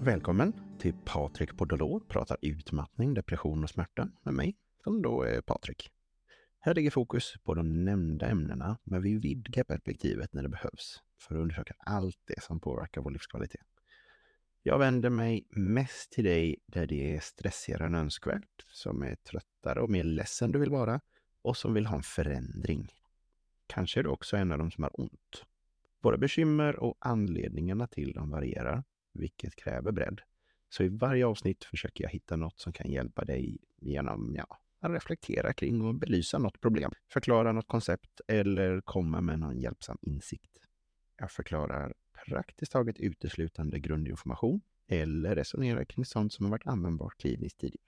Välkommen till Patrik Podolor pratar utmattning, depression och smärta med mig, som då är Patrik. Här ligger fokus på de nämnda ämnena, men vi vidgar perspektivet när det behövs för att undersöka allt det som påverkar vår livskvalitet. Jag vänder mig mest till dig där det är stressigare än önskvärt, som är tröttare och mer ledsen du vill vara och som vill ha en förändring. Kanske är du också en av dem som har ont. Våra bekymmer och anledningarna till dem varierar, vilket kräver bredd. Så i varje avsnitt försöker jag hitta något som kan hjälpa dig genom att reflektera kring och belysa något problem, förklara något koncept eller komma med någon hjälpsam insikt. Jag förklarar praktiskt taget uteslutande grundinformation eller resonerar kring sånt som har varit användbart kliniskt tidigare.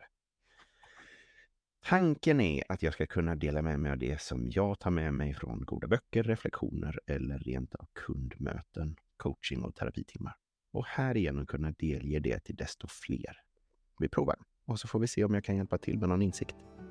Tanken är att jag ska kunna dela med mig av det som jag tar med mig från goda böcker, reflektioner eller rent av kundmöten, coaching och terapitimmar. Och härigenom kunna delge det till desto fler. Vi provar och så får vi se om jag kan hjälpa till med någon insikt.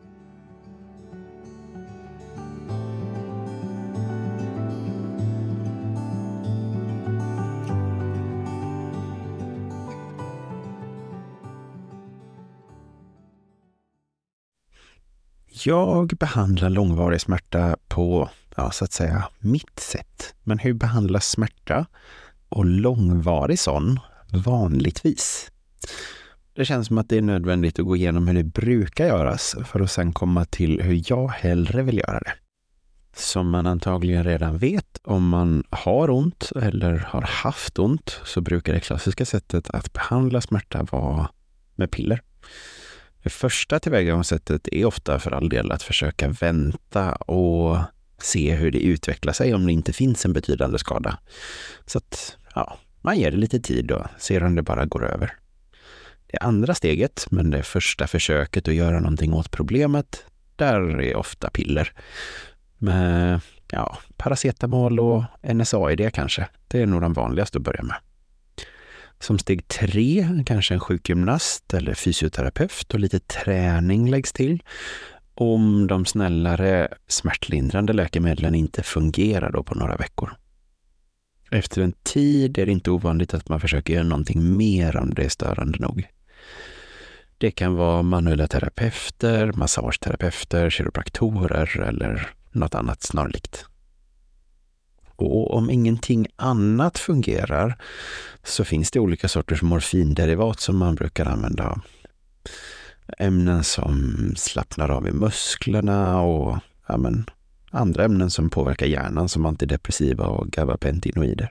Jag behandlar långvarig smärta på, så att säga, mitt sätt. Men hur behandlas smärta och långvarig sån vanligtvis? Det känns som att det är nödvändigt att gå igenom hur det brukar göras för att sedan komma till hur jag hellre vill göra det. Som man antagligen redan vet, om man har ont eller har haft ont så brukar det klassiska sättet att behandla smärta vara med piller. Det första tillvägagångssättet är ofta för all del att försöka vänta och se hur det utvecklar sig om det inte finns en betydande skada. Så att man ger det lite tid och ser om det bara går över. Det andra steget, men det första försöket att göra någonting åt problemet, där är ofta piller. Med paracetamol och NSAID kanske. Det är nog de vanligaste att börja med. Som steg 3 kanske en sjukgymnast eller fysioterapeut och lite träning läggs till. Om de snällare smärtlindrande läkemedlen inte fungerar då på några veckor. Efter en tid är det inte ovanligt att man försöker göra någonting mer om det är störande nog. Det kan vara manuella terapeuter, massageterapeuter, kiropraktorer eller något annat snarlikt. Och om ingenting annat fungerar så finns det olika sorters morfinderivat som man brukar använda. Ämnen som slappnar av i musklerna och andra ämnen som påverkar hjärnan som antidepressiva och gabapentinoider.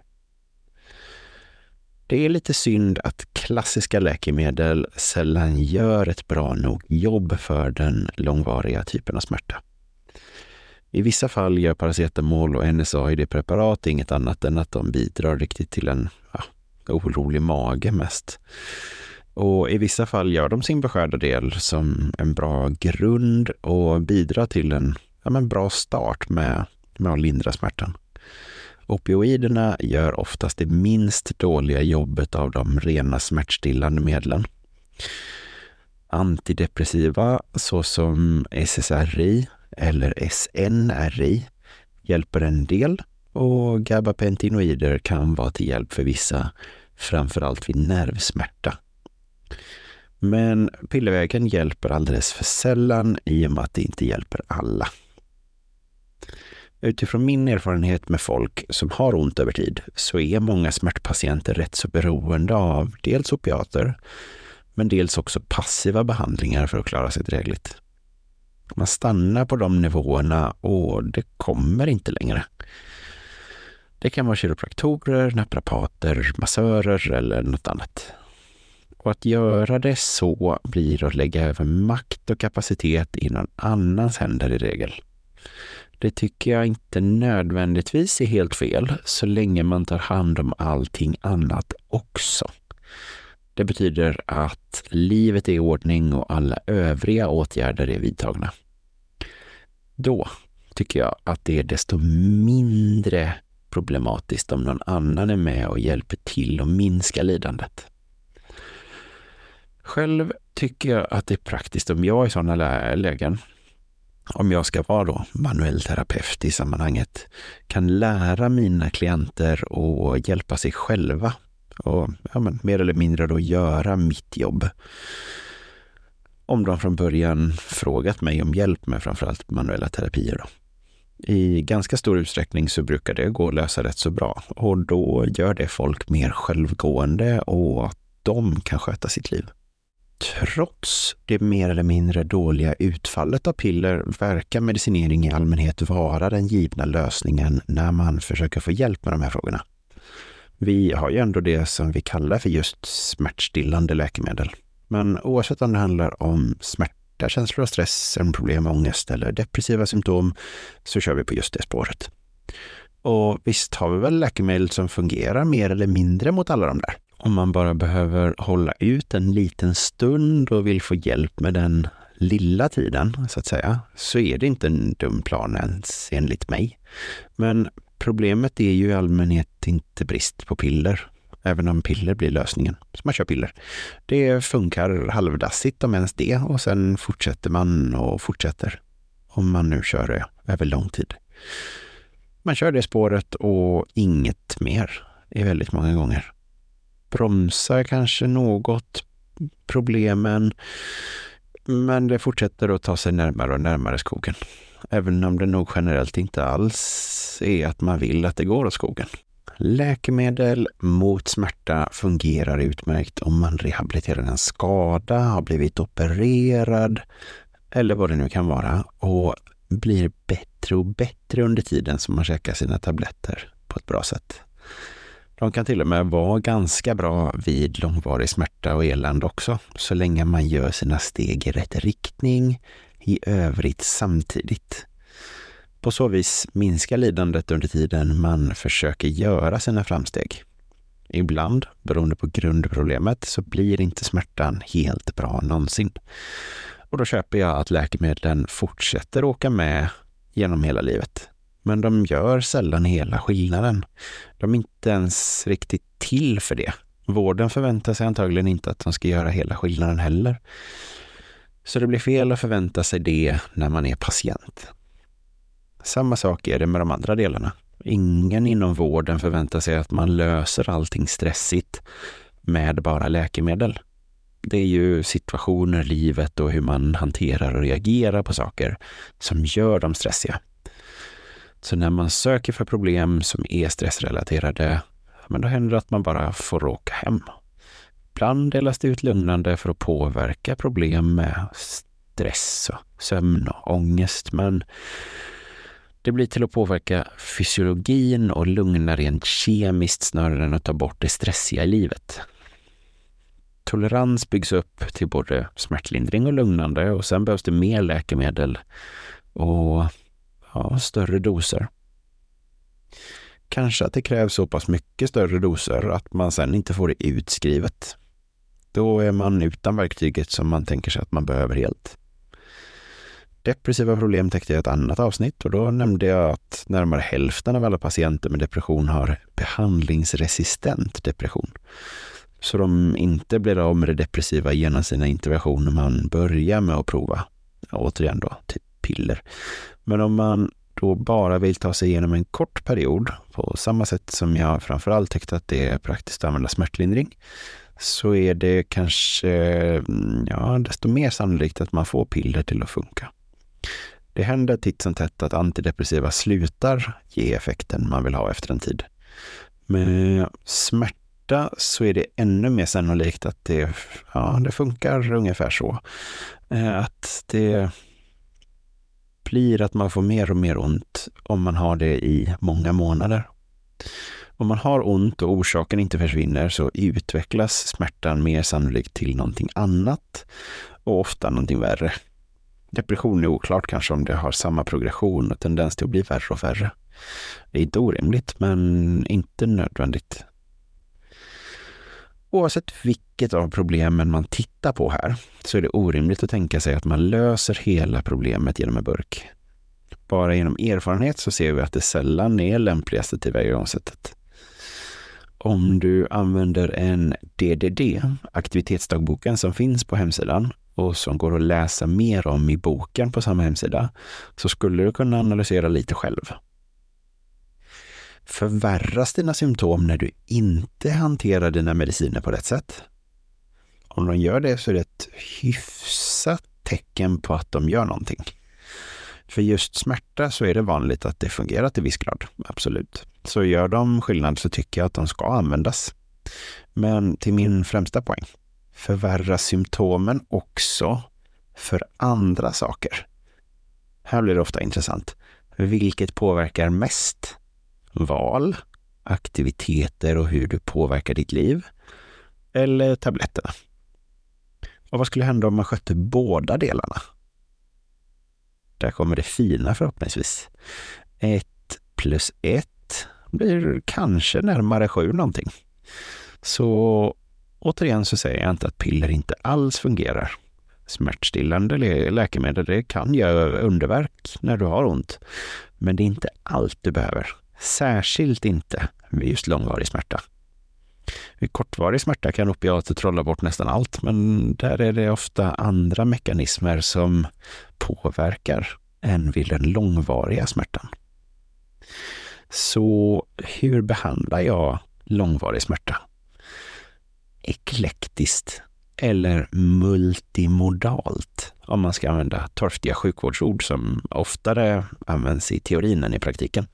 Det är lite synd att klassiska läkemedel sällan gör ett bra nog jobb för den långvariga typen av smärta. I vissa fall gör paracetamol och NSAID-preparat inget annat än att de bidrar riktigt till en orolig mage mest. Och i vissa fall gör de sin beskärda del som en bra grund och bidrar till en bra start med att lindra smärtan. Opioiderna gör oftast det minst dåliga jobbet av de rena smärtstillande medlen. Antidepressiva såsom SSRI eller SNRI hjälper en del och gabapentinoider kan vara till hjälp för vissa, framförallt vid nervsmärta. Men pillervägen hjälper alldeles för sällan i och med att det inte hjälper alla. Utifrån min erfarenhet med folk som har ont över tid så är många smärtpatienter rätt så beroende av dels opiater men dels också passiva behandlingar för att klara sig drägligt. Man stannar på de nivåerna och det kommer inte längre. Det kan vara kiropraktorer, naprapater, massörer eller något annat. Och att göra det så blir att lägga över makt och kapacitet i någon annans händer i regel. Det tycker jag inte nödvändigtvis är helt fel så länge man tar hand om allting annat också. Det betyder att livet är i ordning och alla övriga åtgärder är vidtagna. Då tycker jag att det är desto mindre problematiskt om någon annan är med och hjälper till att minska lidandet. Själv tycker jag att det är praktiskt om jag i sådana lägen, om jag ska vara då manuell terapeut i sammanhanget, kan lära mina klienter att hjälpa sig själva och mer eller mindre då göra mitt jobb. Om de från början frågat mig om hjälp med framförallt manuella terapier då. I ganska stor utsträckning så brukar det gå att lösa rätt så bra, och då gör det folk mer självgående och att de kan sköta sitt liv. Trots det mer eller mindre dåliga utfallet av piller verkar medicinering i allmänhet vara den givna lösningen när man försöker få hjälp med de här frågorna. Vi har ju ändå det som vi kallar för just smärtstillande läkemedel. Men oavsett om det handlar om smärta, känslor av stress, sömnproblem, ångest eller depressiva symptom så kör vi på just det spåret. Och visst har vi väl läkemedel som fungerar mer eller mindre mot alla de där. Om man bara behöver hålla ut en liten stund och vill få hjälp med den lilla tiden så att säga, så är det inte en dum plan ens enligt mig. Men problemet är ju i allmänhet inte brist på piller, även om piller blir lösningen. Så man kör piller. Det funkar halvdassigt om ens det, och sen fortsätter man och fortsätter. Om man nu kör det över lång tid. Man kör det spåret och inget mer i väldigt många gånger. Bromsar kanske något problemen, men det fortsätter att ta sig närmare och närmare skogen. Även om det nog generellt inte alls är att man vill att det går åt skogen. Läkemedel mot smärta fungerar utmärkt om man rehabiliterar en skada, har blivit opererad eller vad det nu kan vara, och blir bättre och bättre under tiden som man käkar sina tabletter på ett bra sätt. De kan till och med vara ganska bra vid långvarig smärta och elände också, så länge man gör sina steg i rätt riktning i övrigt samtidigt. På så vis minskar lidandet under tiden man försöker göra sina framsteg. Ibland, beroende på grundproblemet, så blir inte smärtan helt bra någonsin. Och då köper jag att läkemedlen fortsätter åka med genom hela livet. Men de gör sällan hela skillnaden. De är inte ens riktigt till för det. Vården förväntar sig antagligen inte att de ska göra hela skillnaden heller. Så det blir fel att förvänta sig det när man är patient. Samma sak är det med de andra delarna. Ingen inom vården förväntar sig att man löser allting stressigt med bara läkemedel. Det är ju situationer, livet och hur man hanterar och reagerar på saker som gör dem stressiga. Så när man söker för problem som är stressrelaterade, men då händer det att man bara får åka hem. Ibland delas det ut lugnande för att påverka problem med stress och sömn och ångest, men det blir till att påverka fysiologin och lugna rent kemiskt snarare än att ta bort det stressiga i livet. Tolerans byggs upp till både smärtlindring och lugnande, och sen behövs det mer läkemedel och större doser. Kanske att det krävs så pass mycket större doser att man sen inte får det utskrivet. Då är man utan verktyget som man tänker sig att man behöver helt. Depressiva problem täckte jag ett annat avsnitt, och då nämnde jag att närmare hälften av alla patienter med depression har behandlingsresistent depression. Så de inte blir av med det depressiva genom sina interventioner man börjar med att prova. Återigen då, typ piller. Men om man då bara vill ta sig igenom en kort period, på samma sätt som jag framförallt tyckte att det är praktiskt att använda smärtlindring, så är det kanske desto mer sannolikt att man får piller till att funka. Det händer titt som tätt att antidepressiva slutar ge effekten man vill ha efter en tid. Med smärta så är det ännu mer sannolikt att det funkar ungefär så. Att det blir att man får mer och mer ont om man har det i många månader. Om man har ont och orsaken inte försvinner så utvecklas smärtan mer sannolikt till någonting annat och ofta någonting värre. Depression är oklart kanske om det har samma progression och tendens till att bli värre och värre. Det är inte orimligt, men inte nödvändigt. Oavsett vilket av problemen man tittar på här så är det orimligt att tänka sig att man löser hela problemet genom en burk. Bara genom erfarenhet så ser vi att det sällan är lämpligaste tillvägagångssättet. Om du använder en DDD, aktivitetsdagboken som finns på hemsidan och som går att läsa mer om i boken på samma hemsida, så skulle du kunna analysera lite själv. Förvärras dina symptom när du inte hanterar dina mediciner på rätt sätt? Om de gör det så är det ett hyfsat tecken på att de gör någonting. För just smärta så är det vanligt att det fungerar till viss grad, absolut. Så gör de skillnad så tycker jag att de ska användas. Men till min främsta poäng, förvärras symptomen också för andra saker? Här blir det ofta intressant. Vilket påverkar mest? Val, aktiviteter och hur du påverkar ditt liv? Eller tabletterna? Och vad skulle hända om man skötte båda delarna? Där kommer det fina förhoppningsvis. 1 + 1 blir kanske närmare 7 någonting. Så återigen så säger jag inte att piller inte alls fungerar. Smärtstillande läkemedel, det kan göra underverk när du har ont. Men det är inte allt du behöver. Särskilt inte vid just långvarig smärta. Vid kortvarig smärta kan opiater trolla bort nästan allt, men där är det ofta andra mekanismer som påverkar än vid den långvariga smärtan. Så hur behandlar jag långvarig smärta? Eklektiskt eller multimodalt, om man ska använda torftiga sjukvårdsord som oftare används i teorin än i praktiken.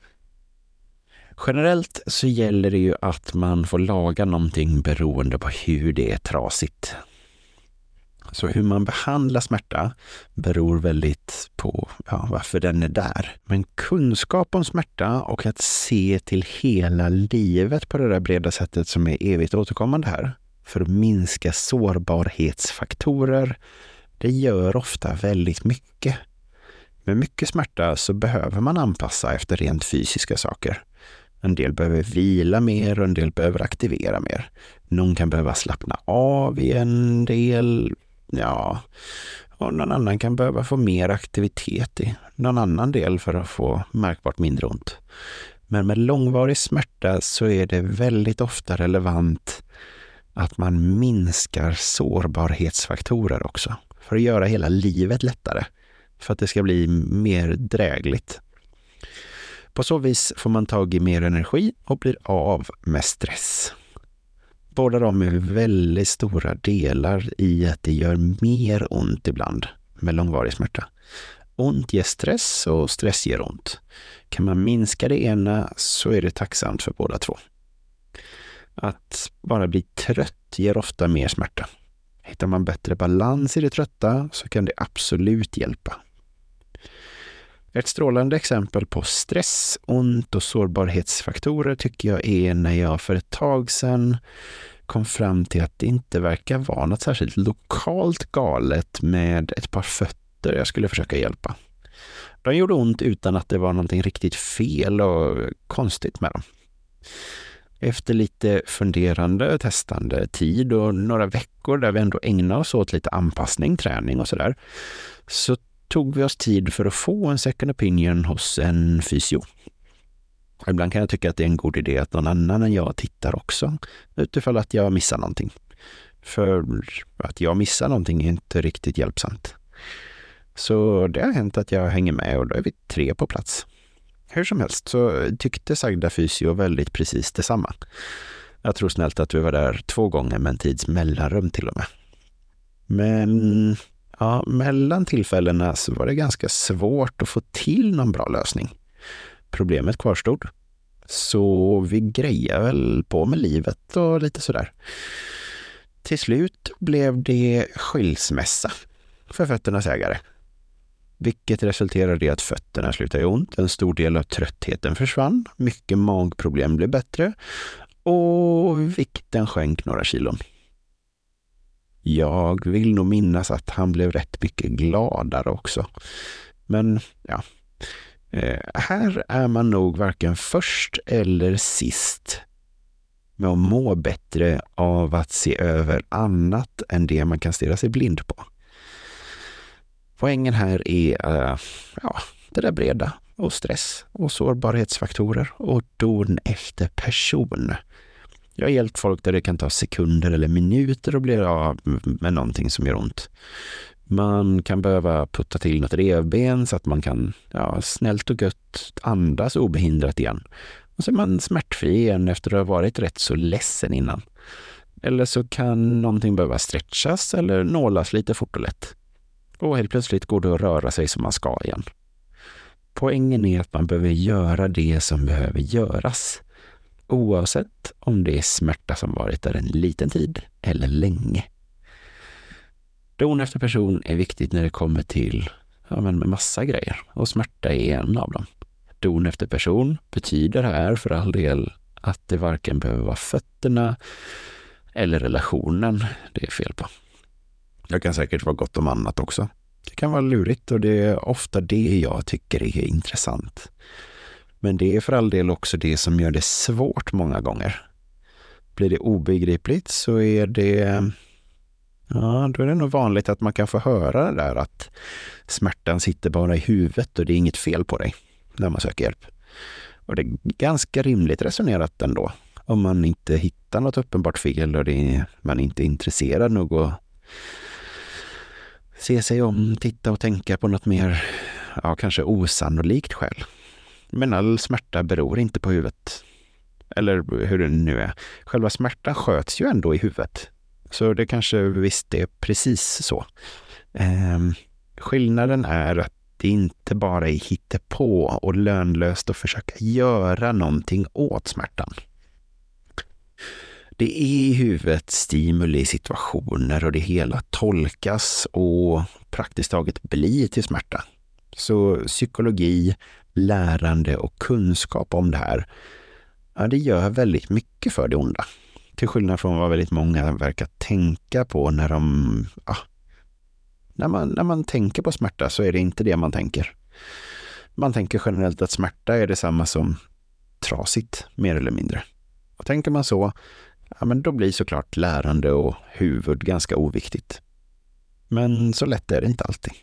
Generellt så gäller det ju att man får laga någonting beroende på hur det är trasigt. Så hur man behandlar smärta beror väldigt på varför den är där. Men kunskap om smärta och att se till hela livet på det där breda sättet som är evigt återkommande här, för att minska sårbarhetsfaktorer, det gör ofta väldigt mycket. Med mycket smärta så behöver man anpassa efter rent fysiska saker. En del behöver vila mer och en del behöver aktivera mer. Någon kan behöva slappna av i en del, och någon annan kan behöva få mer aktivitet i någon annan del för att få märkbart mindre ont. Men med långvarig smärta så är det väldigt ofta relevant att man minskar sårbarhetsfaktorer också, för att göra hela livet lättare, för att det ska bli mer drägligt. På så vis får man tag i mer energi och blir av med stress. Båda de är väldigt stora delar i att det gör mer ont ibland med långvarig smärta. Ont ger stress och stress ger ont. Kan man minska det ena så är det tacksamt för båda två. Att bara bli trött ger ofta mer smärta. Hittar man bättre balans i det trötta så kan det absolut hjälpa. Ett strålande exempel på stress, ont och sårbarhetsfaktorer tycker jag är när jag för ett tag sedan kom fram till att det inte verkar vara något särskilt lokalt galet med ett par fötter jag skulle försöka hjälpa. De gjorde ont utan att det var någonting riktigt fel och konstigt med dem. Efter lite funderande, testande tid och några veckor där vi ändå ägnade oss åt lite anpassning, träning och sådär, så tog vi oss tid för att få en second opinion hos en fysio. Ibland kan jag tycka att det är en god idé att någon annan än jag tittar också, utifrån att jag missar någonting. För att jag missar någonting är inte riktigt hjälpsamt. Så det har hänt att jag hänger med och då är vi 3 på plats. Hur som helst så tyckte sagda fysio väldigt precis detsamma. Jag tror snällt att vi var där 2 gånger med en tids mellanrum till och med. Men mellan tillfällena så var det ganska svårt att få till någon bra lösning. Problemet kvarstod. Så vi grejade väl på med livet och lite sådär. Till slut blev det skilsmässa för fötternas ägare. Vilket resulterade i att fötterna slutade ont. En stor del av tröttheten försvann. Mycket magproblem blev bättre. Och vikten sjönk några kilon. Jag vill nog minnas att han blev rätt mycket gladare också. Men här är man nog varken först eller sist med att må bättre av att se över annat än det man kan stirra sig blind på. Poängen här är det där breda och stress och sårbarhetsfaktorer och don efter person. Jag har hjälpt folk där det kan ta sekunder eller minuter och bli av med någonting som gör ont. Man kan behöva putta till något revben så att man kan snällt och gött andas obehindrat igen. Och så är man smärtfri igen efter att ha varit rätt så ledsen innan. Eller så kan någonting behöva stretchas eller nålas lite fort och lätt. Och helt plötsligt går det att röra sig som man ska igen. Poängen är att man behöver göra det som behöver göras. Oavsett om det är smärta som varit där en liten tid eller länge. Don efter person är viktigt när det kommer till med massa grejer. Och smärta är en av dem. Don efter person betyder här för all del att det varken behöver vara fötterna eller relationen det är fel på. Det kan säkert vara gott om annat också. Det kan vara lurigt och det är ofta det jag tycker är intressant. Men det är för all del också det som gör det svårt många gånger. Blir det obegripligt så är det... Ja, då är det nog vanligt att man kan få höra det där att smärtan sitter bara i huvudet och det är inget fel på dig när man söker hjälp. Och det är ganska rimligt resonerat ändå. Om man inte hittar något uppenbart fel och man inte är intresserad nog att se sig om, titta och tänka på något mer, kanske osannolikt skäl. Men all smärta beror inte på huvudet. Eller hur det nu är. Själva smärtan sköts ju ändå i huvudet. Så det kanske visst är precis så. Skillnaden är att det inte bara är hittepå och lönlöst att försöka göra någonting åt smärtan. Det är i huvudet stimuli, situationer och det hela tolkas och praktiskt taget blir till smärta. Så psykologi, lärande och kunskap om det här, det gör väldigt mycket för det onda. Till skillnad från vad väldigt många verkar tänka på när man tänker på smärta så är det inte det man tänker. Man tänker generellt att smärta är detsamma som trasigt, mer eller mindre. Och tänker man så, men då blir såklart lärande och huvud ganska oviktigt. Men så lätt är det inte alltid.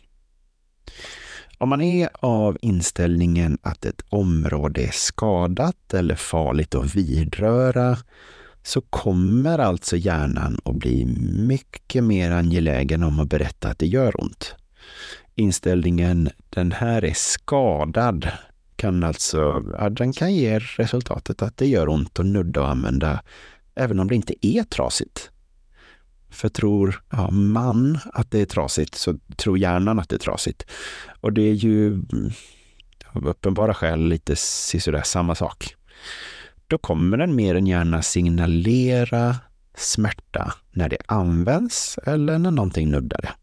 Om man är av inställningen att ett område är skadat eller farligt att vidröra så kommer alltså hjärnan att bli mycket mer angelägen om att berätta att det gör ont. Inställningen den här är skadad kan alltså, den kan ge resultatet att det gör ont att nudda och använda även om det inte är trasigt. För tror man att det är trasigt så tror hjärnan att det är trasigt. Och det är ju av uppenbara skäl lite sådär samma sak. Då kommer den mer än gärna signalera smärta när det används eller när någonting nuddar det.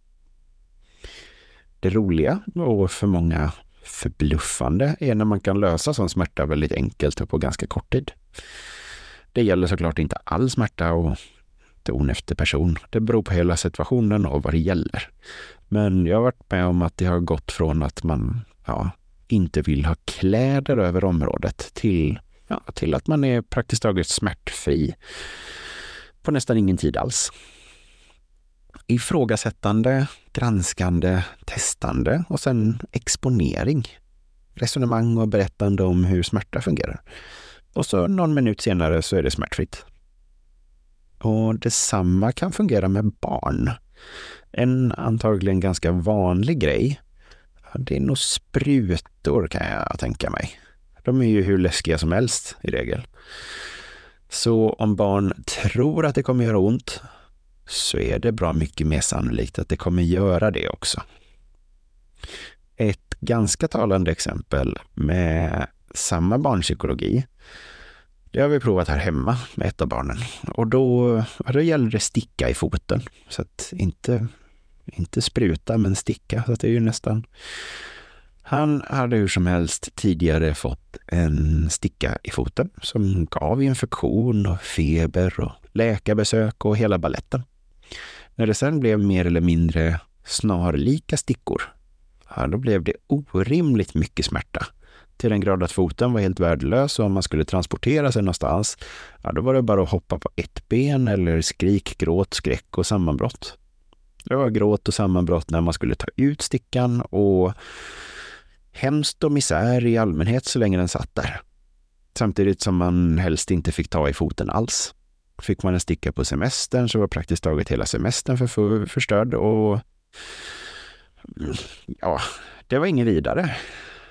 Det roliga och för många förbluffande är när man kan lösa sån smärta väldigt enkelt och på ganska kort tid. Det gäller såklart inte all smärta och don efter person. Det beror på hela situationen och vad det gäller. Men jag har varit med om att det har gått från att man inte vill ha kläder över området till att man är praktiskt taget smärtfri på nästan ingen tid alls. Ifrågasättande, granskande, testande och sen exponering. Resonemang och berättande om hur smärta fungerar. Och så någon minut senare så är det smärtfritt. Och detsamma kan fungera med barn. En antagligen ganska vanlig grej, det är nog sprutor kan jag tänka mig. De är ju hur läskiga som helst i regel. Så om barn tror att det kommer göra ont så är det bra mycket mer sannolikt att det kommer göra det också. Ett ganska talande exempel med samma barnpsykologi, det har vi provat här hemma med ett av barnen. Och då gäller det sticka i foten. Så att inte spruta men sticka. Så att det är ju nästan... Han hade hur som helst tidigare fått en sticka i foten som gav infektion och feber och läkarbesök och hela balletten. När det sen blev mer eller mindre snarlika stickor, då blev det orimligt mycket smärta. Till den grad att foten var helt värdelös och om man skulle transportera sig någonstans, då var det bara att hoppa på ett ben eller skrik, gråt, skräck och sammanbrott. Det var gråt och sammanbrott när man skulle ta ut stickan och hemskt och misär i allmänhet så länge den satt där. Samtidigt som man helst inte fick ta i foten alls. Fick man en sticka på semestern så var praktiskt taget hela semestern förstörd och det var ingen vidare.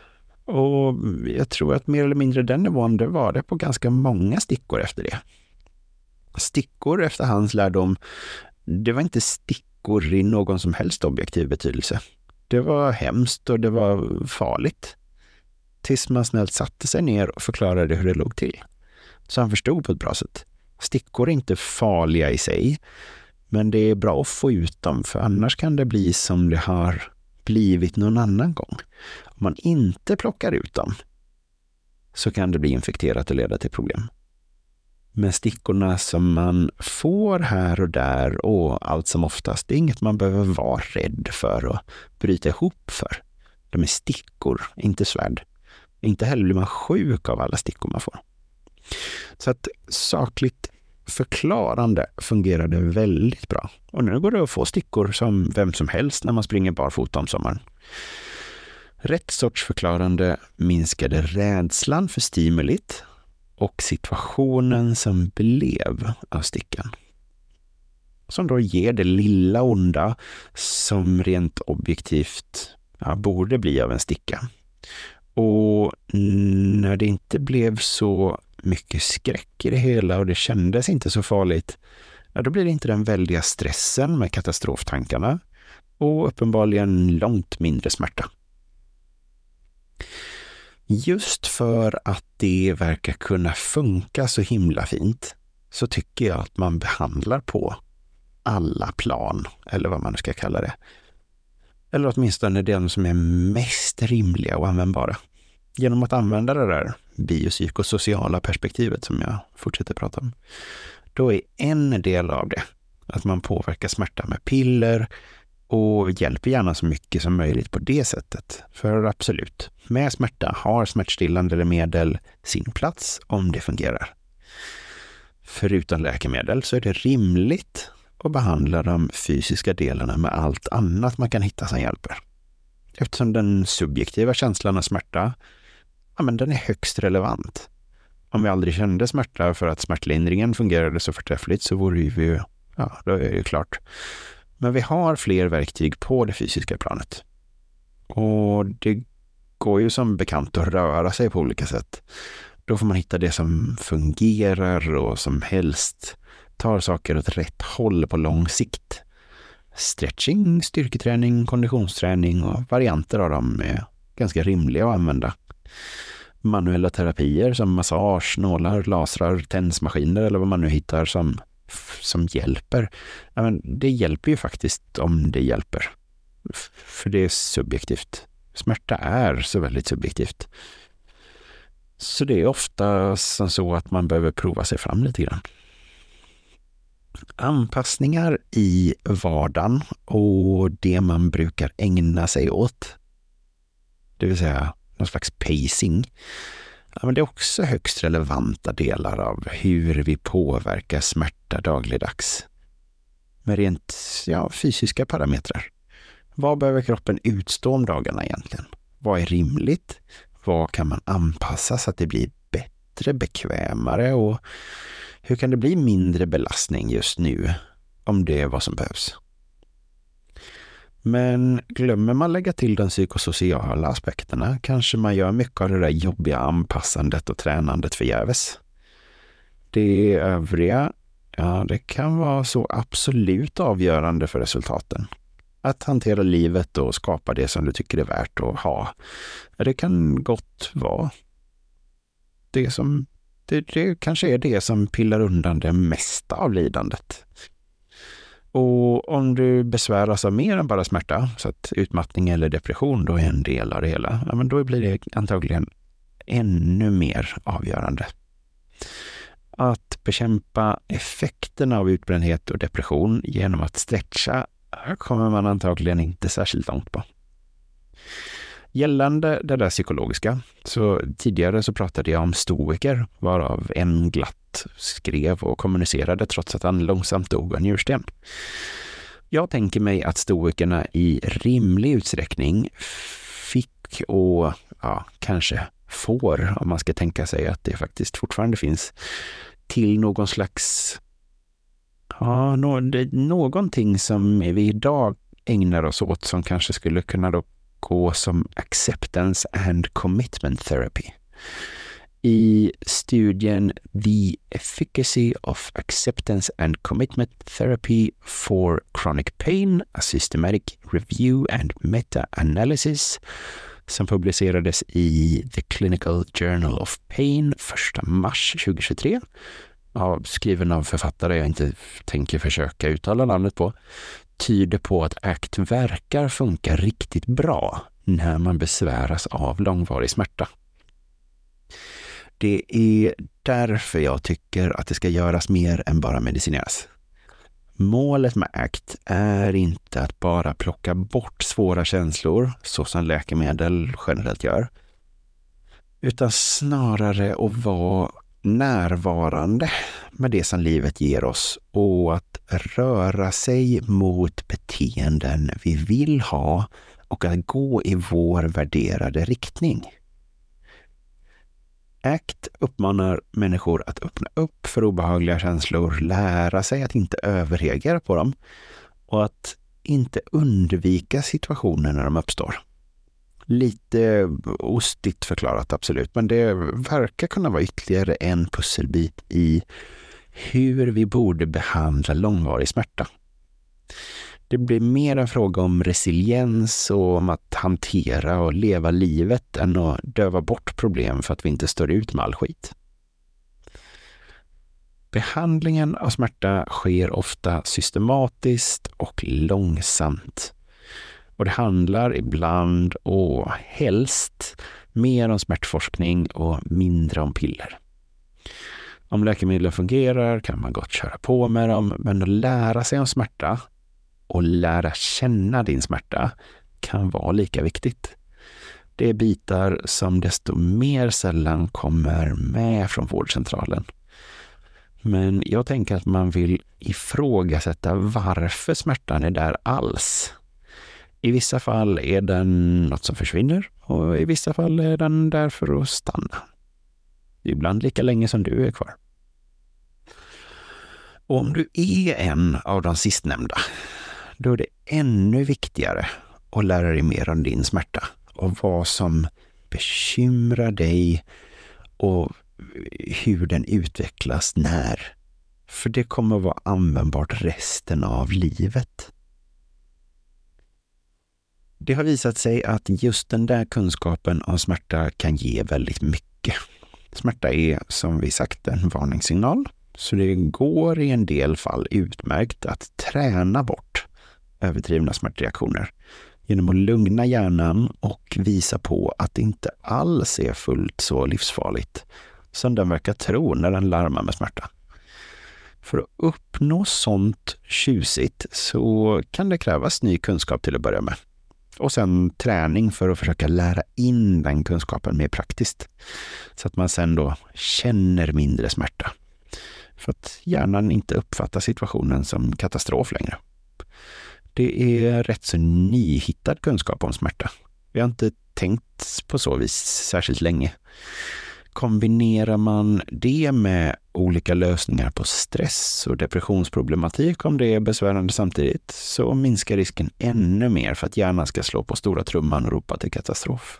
Och jag tror att mer eller mindre den nivån, det var det på ganska många stickor efter det. Stickor efter hans lärdom, det var inte stickor i någon som helst objektiv betydelse. Det var hemskt och det var farligt. Tills man snällt satte sig ner och förklarade hur det låg till. Så han förstod på ett bra sätt. Stickor är inte farliga i sig, men det är bra att få ut dem, för annars kan det bli som det har blivit någon annan gång. Om man inte plockar ut dem så kan det bli infekterat och leda till problem. Men stickorna som man får här och där och allt som oftast, det är inget man behöver vara rädd för och bryta ihop för. De är stickor, inte svärd. Inte heller blir man sjuk av alla stickor man får. Så att sakligt förklarande fungerade väldigt bra. Och nu går det att få stickor som vem som helst när man springer barfota om sommaren. Rätt sorts förklarande minskade rädslan för stimulit och situationen som blev av stickan. Som då ger det lilla onda som rent objektivt borde bli av en sticka. Och när det inte blev så mycket skräck i det hela och det kändes inte så farligt, då blir det inte den väldiga stressen med katastroftankarna och uppenbarligen långt mindre smärta. Just för att det verkar kunna funka så himla fint så tycker jag att man behandlar på alla plan, eller vad man nu ska kalla det. Eller åtminstone de som är mest rimliga och användbara. Genom att använda det där biopsykosociala perspektivet som jag fortsätter prata om. Då är en del av det att man påverkar smärta med piller och hjälper gärna så mycket som möjligt på det sättet. För absolut, med smärta har smärtstillande medel sin plats om det fungerar. Förutom läkemedel så är det rimligt att behandla de fysiska delarna med allt annat man kan hitta som hjälper. Eftersom den subjektiva känslan av smärta, men den är högst relevant. Om vi aldrig kände smärta för att smärtlindringen fungerade så förträffligt så vore vi då är det ju klart. Men vi har fler verktyg på det fysiska planet. Och det går ju som bekant att röra sig på olika sätt. Då får man hitta det som fungerar och som helst tar saker åt rätt håll på lång sikt. Stretching, styrketräning, konditionsträning och varianter av dem är ganska rimliga att använda. Manuella terapier som massage, nålar, lasrar, tensmaskiner eller vad man nu hittar som hjälper. Det hjälper ju faktiskt om det hjälper. För det är subjektivt. Smärta är så väldigt subjektivt. Så det är ofta som så att man behöver prova sig fram lite grann. Anpassningar i vardagen och det man brukar ägna sig åt, det vill säga någon slags pacing, men det är också högst relevanta delar av hur vi påverkar smärta dagligdags. Med rent fysiska parametrar. Vad behöver kroppen utstå om dagarna egentligen? Vad är rimligt? Vad kan man anpassa så att det blir bättre, bekvämare och hur kan det bli mindre belastning just nu om det är vad som behövs? Men glömmer man lägga till de psykosociala aspekterna kanske man gör mycket av det där jobbiga anpassandet och tränandet förgäves. Det övriga, det kan vara så absolut avgörande för resultaten. Att hantera livet och skapa det som du tycker är värt att ha. Det kan gott vara det kanske är det som pillar undan det mesta av lidandet. Och om du besväras av mer än bara smärta, så att utmattning eller depression då är en del av det hela, men då blir det antagligen ännu mer avgörande. Att bekämpa effekterna av utbrändhet och depression genom att stretcha kommer man antagligen inte särskilt långt på. Gällande det där psykologiska, så tidigare så pratade jag om stoiker, varav en glatt skrev och kommunicerade trots att han långsamt dog av njursten. Jag tänker mig att stoikerna i rimlig utsträckning fick och kanske får, om man ska tänka sig att det faktiskt fortfarande finns, till någon slags någonting som vi idag ägnar oss åt som kanske skulle kunna då gå som acceptance and commitment therapy. I studien The Efficacy of Acceptance and Commitment Therapy for Chronic Pain, a Systematic Review and Meta-Analysis, som publicerades i The Clinical Journal of Pain 1 mars 2023, skriven av författare jag inte tänker försöka uttala namnet på, tyder på att ACT verkar funka riktigt bra när man besväras av långvarig smärta. Det är därför jag tycker att det ska göras mer än bara medicineras. Målet med ACT är inte att bara plocka bort svåra känslor, så som läkemedel generellt gör, utan snarare att vara närvarande med det som livet ger oss och att röra sig mot beteenden vi vill ha och att gå i vår värderade riktning. ACT uppmanar människor att öppna upp för obehagliga känslor, lära sig att inte överreagera på dem och att inte undvika situationer när de uppstår. Lite ostigt förklarat, absolut, men det verkar kunna vara ytterligare en pusselbit i hur vi borde behandla långvarig smärta. Det blir mer en fråga om resiliens och om att hantera och leva livet än att döva bort problem för att vi inte står ut med all skit. Behandlingen av smärta sker ofta systematiskt och långsamt. Och det handlar ibland och helst mer om smärtforskning och mindre om piller. Om läkemedel fungerar kan man gott köra på med dem, men att lära sig om smärta och lära känna din smärta kan vara lika viktigt. Det är bitar som desto mer sällan kommer med från vårdcentralen. Men jag tänker att man vill ifrågasätta varför smärtan är där alls. I vissa fall är den något som försvinner och i vissa fall är den där för att stanna. Ibland lika länge som du är kvar. Och om du är en av de sistnämnda, då är det ännu viktigare att lära dig mer om din smärta och vad som bekymrar dig och hur den utvecklas när. För det kommer att vara användbart resten av livet. Det har visat sig att just den där kunskapen om smärta kan ge väldigt mycket. Smärta är, som vi sagt, en varningssignal. Så det går i en del fall utmärkt att träna bort överdrivna smärtreaktioner genom att lugna hjärnan och visa på att det inte alls är fullt så livsfarligt som den verkar tro när den larmar med smärta. För att uppnå sånt tjusigt så kan det krävas ny kunskap till att börja med. Och sen träning för att försöka lära in den kunskapen mer praktiskt. Så att man sen då känner mindre smärta. För att hjärnan inte uppfattar situationen som katastrof längre. Det är rätt så nyhittad kunskap om smärta. Vi har inte tänkt på så vis särskilt länge. Kombinerar man det med olika lösningar på stress och depressionsproblematik, om det är besvärande samtidigt, så minskar risken ännu mer för att hjärnan ska slå på stora trumman och ropa till katastrof.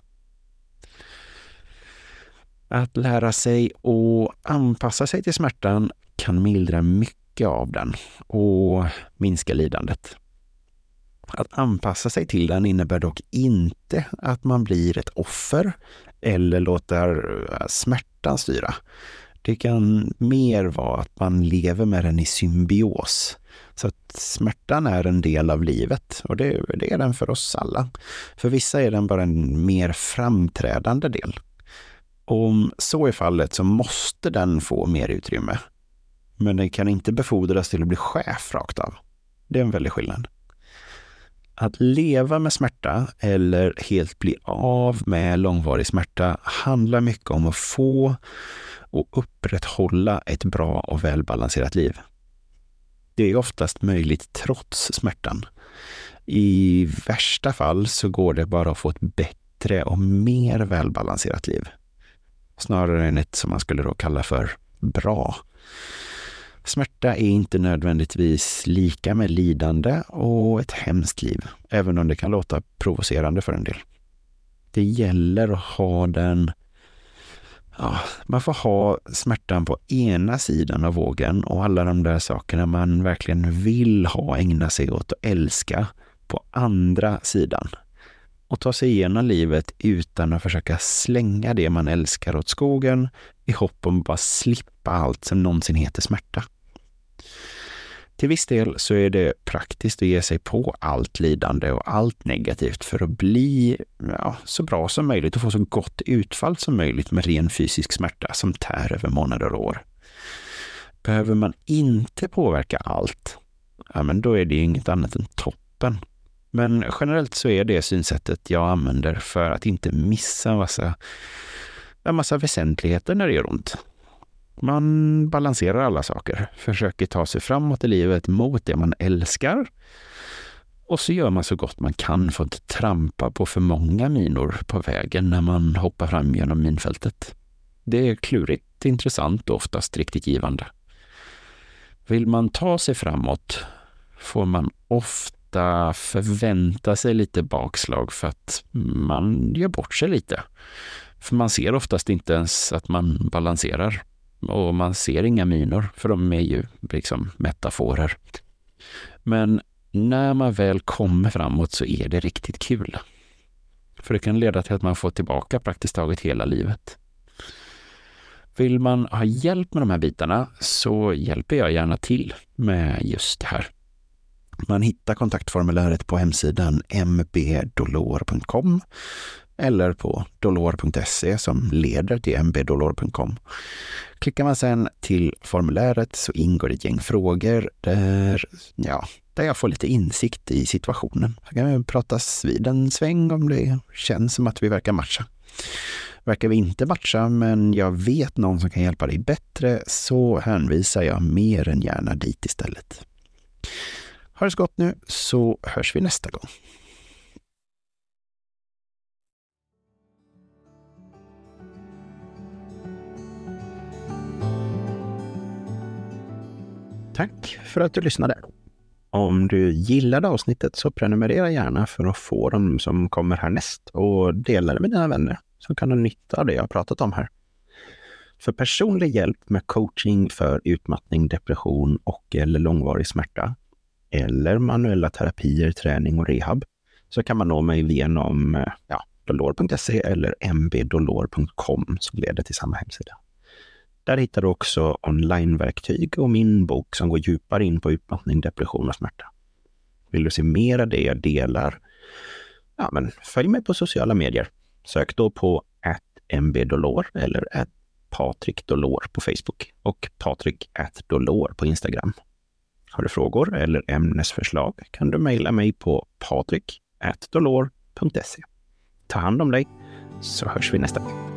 Att lära sig och anpassa sig till smärtan kan mildra mycket av den och minska lidandet. Att anpassa sig till den innebär dock inte att man blir ett offer eller låter smärtan styra. Det kan mer vara att man lever med den i symbios. Så att smärtan är en del av livet och det är den för oss alla. För vissa är den bara en mer framträdande del. Om så är fallet så måste den få mer utrymme. Men den kan inte befordras till att bli chef rakt av. Det är en väldig skillnad. Att leva med smärta eller helt bli av med långvarig smärta handlar mycket om att få och upprätthålla ett bra och välbalanserat liv. Det är oftast möjligt trots smärtan. I värsta fall så går det bara att få ett bättre och mer välbalanserat liv. Snarare än ett som man skulle då kalla för bra. Smärta är inte nödvändigtvis lika med lidande och ett hemskt liv, även om det kan låta provocerande för en del. Det gäller att ha den... Ja, man får ha smärtan på ena sidan av vågen och alla de där sakerna man verkligen vill ha, ägna sig åt och älska på andra sidan. Och ta sig igenom livet utan att försöka slänga det man älskar åt skogen i hopp om att bara slippa allt som någonsin heter smärta. Till viss del så är det praktiskt att ge sig på allt lidande och allt negativt för att bli så bra som möjligt och få så gott utfall som möjligt med ren fysisk smärta som tär över månader och år. Behöver man inte påverka allt, men då är det inget annat än toppen. Men generellt så är det synsättet jag använder för att inte missa en massa väsentligheter när det gör ont. Man balanserar alla saker, försöker ta sig framåt i livet mot det man älskar och så gör man så gott man kan för att inte trampa på för många minor på vägen när man hoppar fram genom minfältet. Det är klurigt, intressant och oftast riktigt givande. Vill man ta sig framåt får man ofta förvänta sig lite bakslag för att man gör bort sig lite. För man ser oftast inte ens att man balanserar. Och man ser inga minor, för de är ju liksom metaforer. Men när man väl kommer framåt så är det riktigt kul. För det kan leda till att man får tillbaka praktiskt taget hela livet. Vill man ha hjälp med de här bitarna så hjälper jag gärna till med just det här. Man hittar kontaktformuläret på hemsidan mbdolor.com eller på dolor.se som leder till mbdolor.com. Klickar man sen till formuläret så ingår ett gäng frågor där jag får lite insikt i situationen. Så kan vi pratas vid en sväng om det känns som att vi verkar matcha. Verkar vi inte matcha men jag vet någon som kan hjälpa dig bättre så hänvisar jag mer än gärna dit istället. Ha det så gott nu så hörs vi nästa gång. Tack för att du lyssnade. Om du gillade avsnittet så prenumerera gärna för att få dem som kommer härnäst och dela det med dina vänner som kan ha nytta av det jag har pratat om här. För personlig hjälp med coaching för utmattning, depression och eller långvarig smärta eller manuella terapier, träning och rehab så kan man nå mig genom dolor.se eller mbdolor.com som leder till samma hemsida. Där hittar du också onlineverktyg och min bok som går djupare in på utmattning, depression och smärta. Vill du se mer av det jag delar? Följ mig på sociala medier. Sök då på @mbdolor eller @patrickdolor på Facebook och patrick@dolor på Instagram. Har du frågor eller ämnesförslag kan du mejla mig på patrick@dolor.se. Ta hand om dig så hörs vi nästa gång.